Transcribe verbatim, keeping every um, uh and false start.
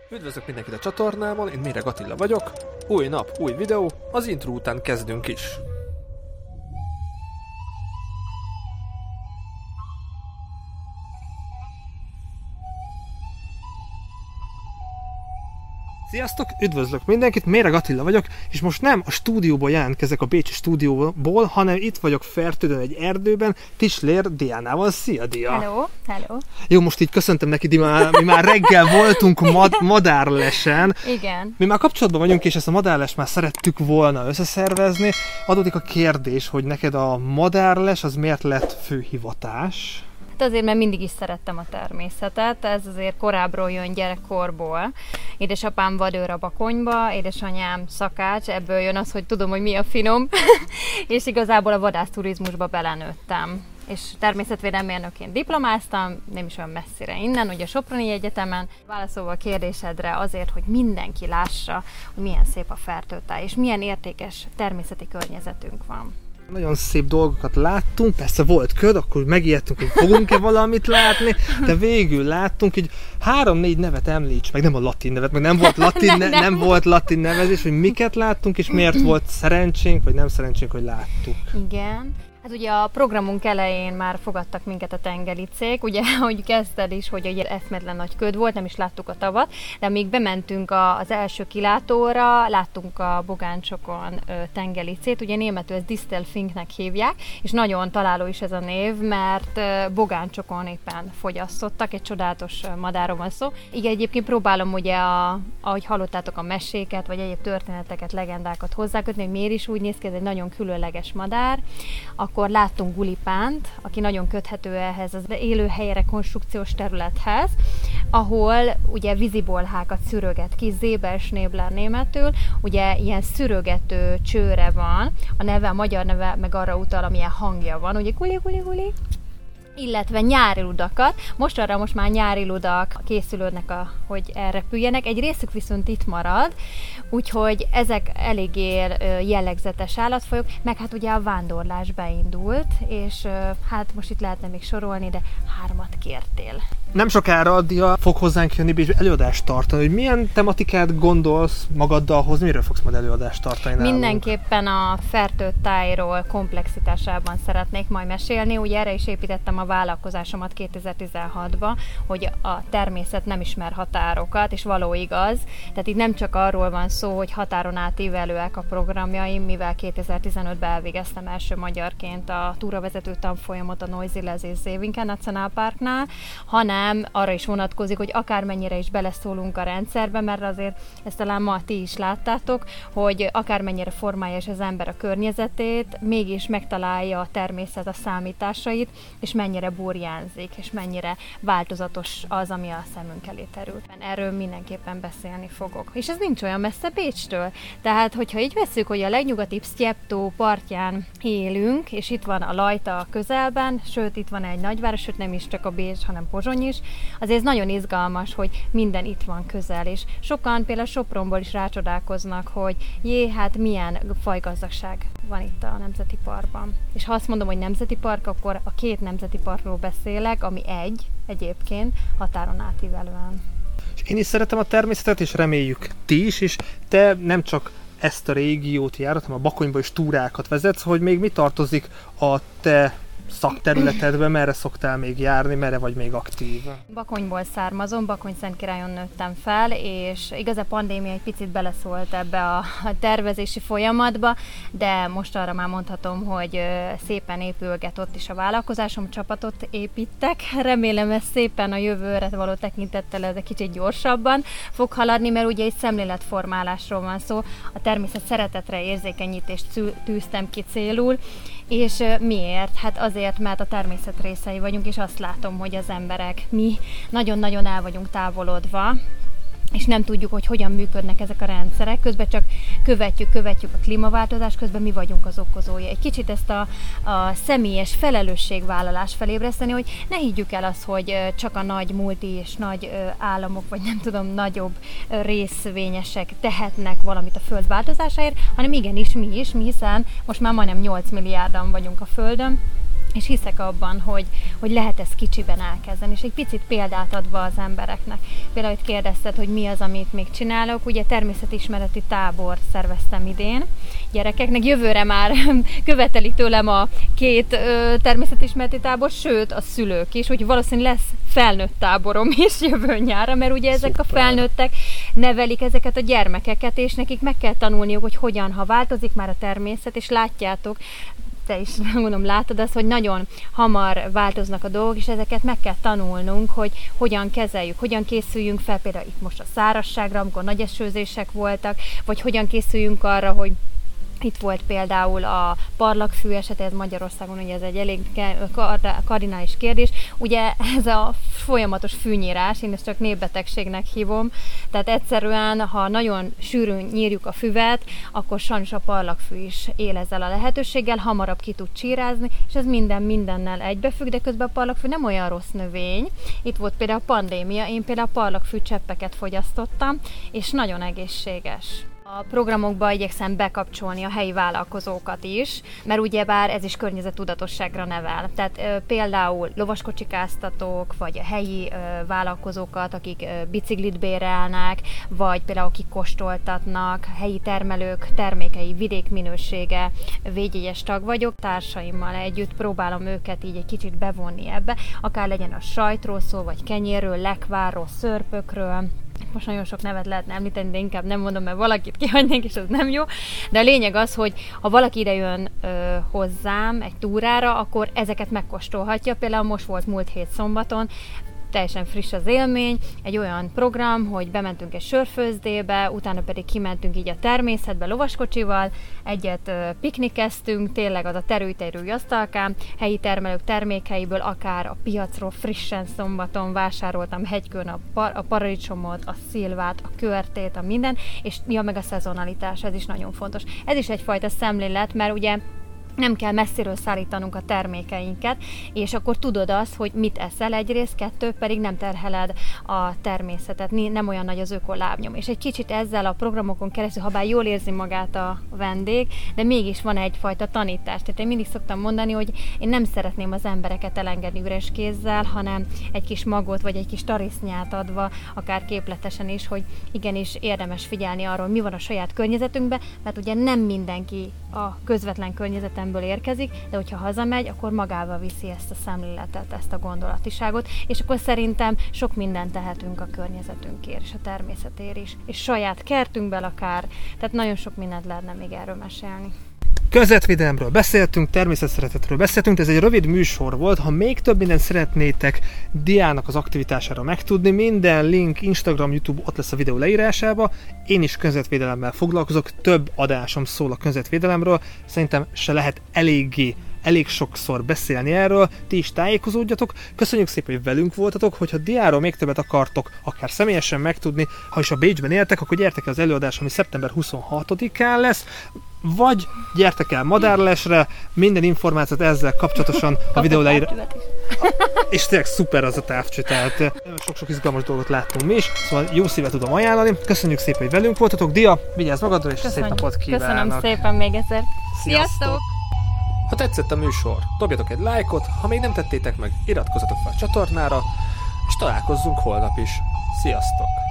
Üdvözlök mindenkit a csatornámon, én Méreg Attila vagyok. Új nap, új videó, az intro után kezdünk is. Sziasztok, üdvözlök mindenkit, Méreg Attila vagyok, és most nem a stúdióból jelentkezek, a bécsi stúdióból, hanem itt vagyok Fertődön egy erdőben, Tislér Diánával. Szia, Dia! Hello, hello! Jó, most így köszöntem neki, Di, már, mi már reggel voltunk mad- madárlesen. Igen. Mi már kapcsolatban vagyunk, és ezt a madárlest már szerettük volna összeszervezni. Adódik a kérdés, hogy neked a madárles az miért lett főhivatás? Azért, mert mindig is szerettem a természetet, ez azért korábbról jön, gyerekkorból. Édesapám vadőr a Bakonyba, édesanyám szakács, ebből jön az, hogy tudom, hogy mi a finom, és igazából a vadászturizmusba belenőttem. És természetvédelmérnökként diplomáztam, nem is olyan messzire innen, ugye a Soproni Egyetemen. Válaszolva a kérdésedre azért, hogy mindenki lássa, hogy milyen szép a Fertőtáj, és milyen értékes természeti környezetünk van. Nagyon szép dolgokat láttunk, persze volt köd, akkor megijedtünk, hogy fogunk-e valamit látni, de végül láttunk, hogy három-négy nevet említs, meg nem a latin nevet, meg nem volt latin, ne, nem volt latin nevezés, hogy miket láttunk, és miért volt szerencsénk, vagy nem szerencsénk, hogy láttuk. Igen. Hát ugye a programunk elején már fogadtak minket a tengericék, ugye, ahogy kezdted is, hogy egy eszmetlen nagy köd volt, nem is láttuk a tavat, de amíg bementünk a, az első kilátóra, láttunk a bogáncsokon ö, tengericét, ugye németül ezt Distelfinknek hívják, és nagyon találó is ez a név, mert ö, bogáncsokon éppen fogyasztottak, egy csodálatos madárról van szó. Igen, egyébként próbálom ugye, a, ahogy hallottátok a meséket, vagy egyéb történeteket, legendákat hozzákötni, hogy miért is úgy néz ki, ez egy nagyon különleges madár. Akkor láttunk gulipánt, aki nagyon köthető ehhez az élőhely rekonstrukciós területhez, ahol ugye vízibolhákat szüröget ki, Zébersnébler németül, ugye ilyen szürögető csőre van, a neve, a magyar neve meg arra utal, amilyen hangja van, ugye guli guli guli, illetve nyári ludakat. Most arra most már nyári ludak készülődnek, a, hogy elrepüljenek. Egy részük viszont itt marad, úgyhogy ezek eléggé jellegzetes állatfajok, meg hát ugye a vándorlás beindult, és hát most itt lehetne még sorolni, de hármat kértél. Nem sokára Addia fog hozzánk jönni és előadást tartani, hogy milyen tematikát gondolsz magaddal hozni, miről fogsz majd előadást tartani nálunk? Mindenképpen a Fertőtájról komplexitásában szeretnék majd mesélni, ugye erre is építettem a vállalkozásomat kétezer-tizenhatban, hogy a természet nem ismer határokat, és való igaz, tehát itt nem csak arról van szó, hogy határon átívelőek a programjaim, mivel kétezer-tizenötben elvégeztem első magyarként a túravezető tanfolyamot a Neusiedl Zevinken National Parknál, hanem arra is vonatkozik, hogy akármennyire is beleszólunk a rendszerbe, mert azért ezt talán ma ti is láttátok, hogy akármennyire formálja is az ember a környezetét, mégis megtalálja a természet a számításait, és mennyire burjánzik, és mennyire változatos az, ami a szemünk elé terül. Erről mindenképpen beszélni fogok. És ez nincs olyan messze Bécstől. Tehát, hogyha így vesszük, hogy a legnyugatibb Sztyeптó partján élünk, és itt van a Lajta a közelben, sőt, itt van egy nagyváros, sőt nem is csak a Bécs, hanem Pozsony is, azért ez nagyon izgalmas, hogy minden itt van közel, és sokan például Sopronból is rácsodálkoznak, hogy jé, hát milyen fajgazdagság van itt a Nemzeti Parkban. És ha azt mondom, hogy Nemzeti Park, akkor a két Nemzeti Parkról beszélek, ami egy, egyébként határon átívelően. És én is szeretem a természetet, és reméljük ti is, és te nem csak ezt a régiót járod, hanem a Bakonyba is túrákat vezetsz, hogy még mi tartozik a te szakterületedben, merre szoktál még járni, merre vagy még aktív? Bakonyból származom, Bakony-Szentkirályon nőttem fel, és igaz a pandémia egy picit beleszólt ebbe a tervezési folyamatba, de most arra már mondhatom, hogy szépen épülget ott is a vállalkozásom, csapatot építek. Remélem ez szépen a jövőre való tekintettel ez egy kicsit gyorsabban fog haladni, mert ugye egy szemléletformálásról van szó, a természet szeretetre érzékenyítést tűztem ki célul, és miért? Hát azért, mert a természet részei vagyunk, és azt látom, hogy az emberek, mi nagyon-nagyon el vagyunk távolodva, és nem tudjuk, hogy hogyan működnek ezek a rendszerek, közben csak követjük, követjük a klímaváltozást, közben mi vagyunk az okozója. Egy kicsit ezt a, a személyes felelősségvállalást felébreszteni, hogy ne higgyük el azt, hogy csak a nagy multi és nagy államok, vagy nem tudom, nagyobb részvényesek tehetnek valamit a föld változásáért, hanem igenis mi is, mi hiszen most már majdnem nyolc milliárdan vagyunk a Földön, és hiszek abban, hogy, hogy lehet ezt kicsiben elkezdeni, és egy picit példát adva az embereknek. Például itt kérdezted, hogy mi az, amit még csinálok. Ugye természetismereti tábor szerveztem idén gyerekeknek. Jövőre már követeli tőlem a két ö, természetismereti tábor, sőt a szülők is, hogy valószínűleg lesz felnőtt táborom is jövő nyára, mert ugye ezek Szuper. A felnőttek nevelik ezeket a gyermekeket, és nekik meg kell tanulniuk, hogy hogyan, ha változik már a természet, és látjátok, te is mondom, látod azt, hogy nagyon hamar változnak a dolgok, és ezeket meg kell tanulnunk, hogy hogyan kezeljük, hogyan készüljünk fel, például itt most a szárazságra, amikor nagy esőzések voltak, vagy hogyan készüljünk arra, hogy itt volt például a parlagfű eset, ez Magyarországon, ugye ez egy elég kardinális kérdés. Ugye ez a folyamatos fűnyírás, én ezt csak népbetegségnek hívom, tehát egyszerűen, ha nagyon sűrűn nyírjuk a füvet, akkor sajnos a parlagfű is él ezzel a lehetőséggel, hamarabb ki tud csírázni, és ez minden mindennel egybefügg, de közben a parlagfű nem olyan rossz növény. Itt volt például a pandémia, én például a parlagfű cseppeket fogyasztottam, és nagyon egészséges. A programokba igyekszem bekapcsolni a helyi vállalkozókat is, mert ugyebár ez is környezettudatosságra nevel. Tehát e, például lovaskocsikáztatók, vagy a helyi e, vállalkozókat, akik e, biciklit bérelnek, vagy például akik kóstoltatnak, helyi termelők termékei, vidékminősége, védjegyes tag vagyok. Társaimmal együtt próbálom őket így egy kicsit bevonni ebbe, akár legyen a sajtról szó, vagy kenyérről, lekvárról, szörpökről. Most nagyon sok nevet lehetne említeni, de inkább nem mondom, mert valakit kihagynénk, és az nem jó. De a lényeg az, hogy ha valaki ide jön ö, hozzám egy túrára, akkor ezeket megkóstolhatja. Például most volt múlt hét szombaton, teljesen friss az élmény, egy olyan program, hogy bementünk egy sörfőzdébe, utána pedig kimentünk így a természetbe lovaskocsival, egyet ö, piknikeztünk, tényleg az a terülterű asztalkán, helyi termelők termékeiből, akár a piacról frissen szombaton vásároltam hegykön a, par, a paradicsomot, a szilvát, a körtét, a minden, és ja, meg a szezonalitás, ez is nagyon fontos. Ez is egyfajta szemlélet, mert ugye nem kell messziről szállítanunk a termékeinket, és akkor tudod azt, hogy mit eszel egyrészt, kettő pedig nem terheled a természetet, nem olyan nagy az ökolábnyom. És egy kicsit ezzel a programokon keresztül, ha bár jól érzi magát a vendég, de mégis van egyfajta tanítás. Tehát én mindig szoktam mondani, hogy én nem szeretném az embereket elengedni üres kézzel, hanem egy kis magot, vagy egy kis tarisznyát adva, akár képletesen is, hogy igenis érdemes figyelni arról, mi van a saját környezetünkben, mert ugye nem mindenki a közvetlen környezetemből érkezik, de hogyha hazamegy, akkor magával viszi ezt a szemléletet, ezt a gondolatiságot, és akkor szerintem sok mindent tehetünk a környezetünkért, és a természetért is, és saját kertünkben akár, tehát nagyon sok mindent lehetne még erről mesélni. Környezetvédelemről beszéltünk, természetszeretetről beszéltünk, ez egy rövid műsor volt. Ha még több mindent szeretnétek Diának az aktivitására megtudni, minden link, Instagram, YouTube ott lesz a videó leírásában. Én is környezetvédelemmel foglalkozok, több adásom szól a környezetvédelemről, szerintem se lehet eléggé elég sokszor beszélni erről, ti is tájékozódjatok. Köszönjük szépen, hogy velünk voltatok, hogyha Diáról még többet akartok, akár személyesen megtudni, ha is a Bécsben éltek, akkor gyertek el az előadás, ami szeptember huszonhatodikán lesz, vagy gyertek el Madárlesre, minden információt ezzel kapcsolatosan a videó leír. És tényleg szuper az a távcső, tehát sok-sok izgalmas dolgot láttunk mi is, szóval jó szívet tudom ajánlani. Köszönjük szépen, hogy velünk voltatok. Dia, vigyázz magadra, és Köszönjük. Szép napot kívánok! Köszönöm szépen még egyszer! Sziasztok! Ha tetszett a műsor, dobjatok egy lájkot, ha még nem tettétek meg, iratkozzatok fel a csatornára, és találkozzunk holnap is. Sziasztok!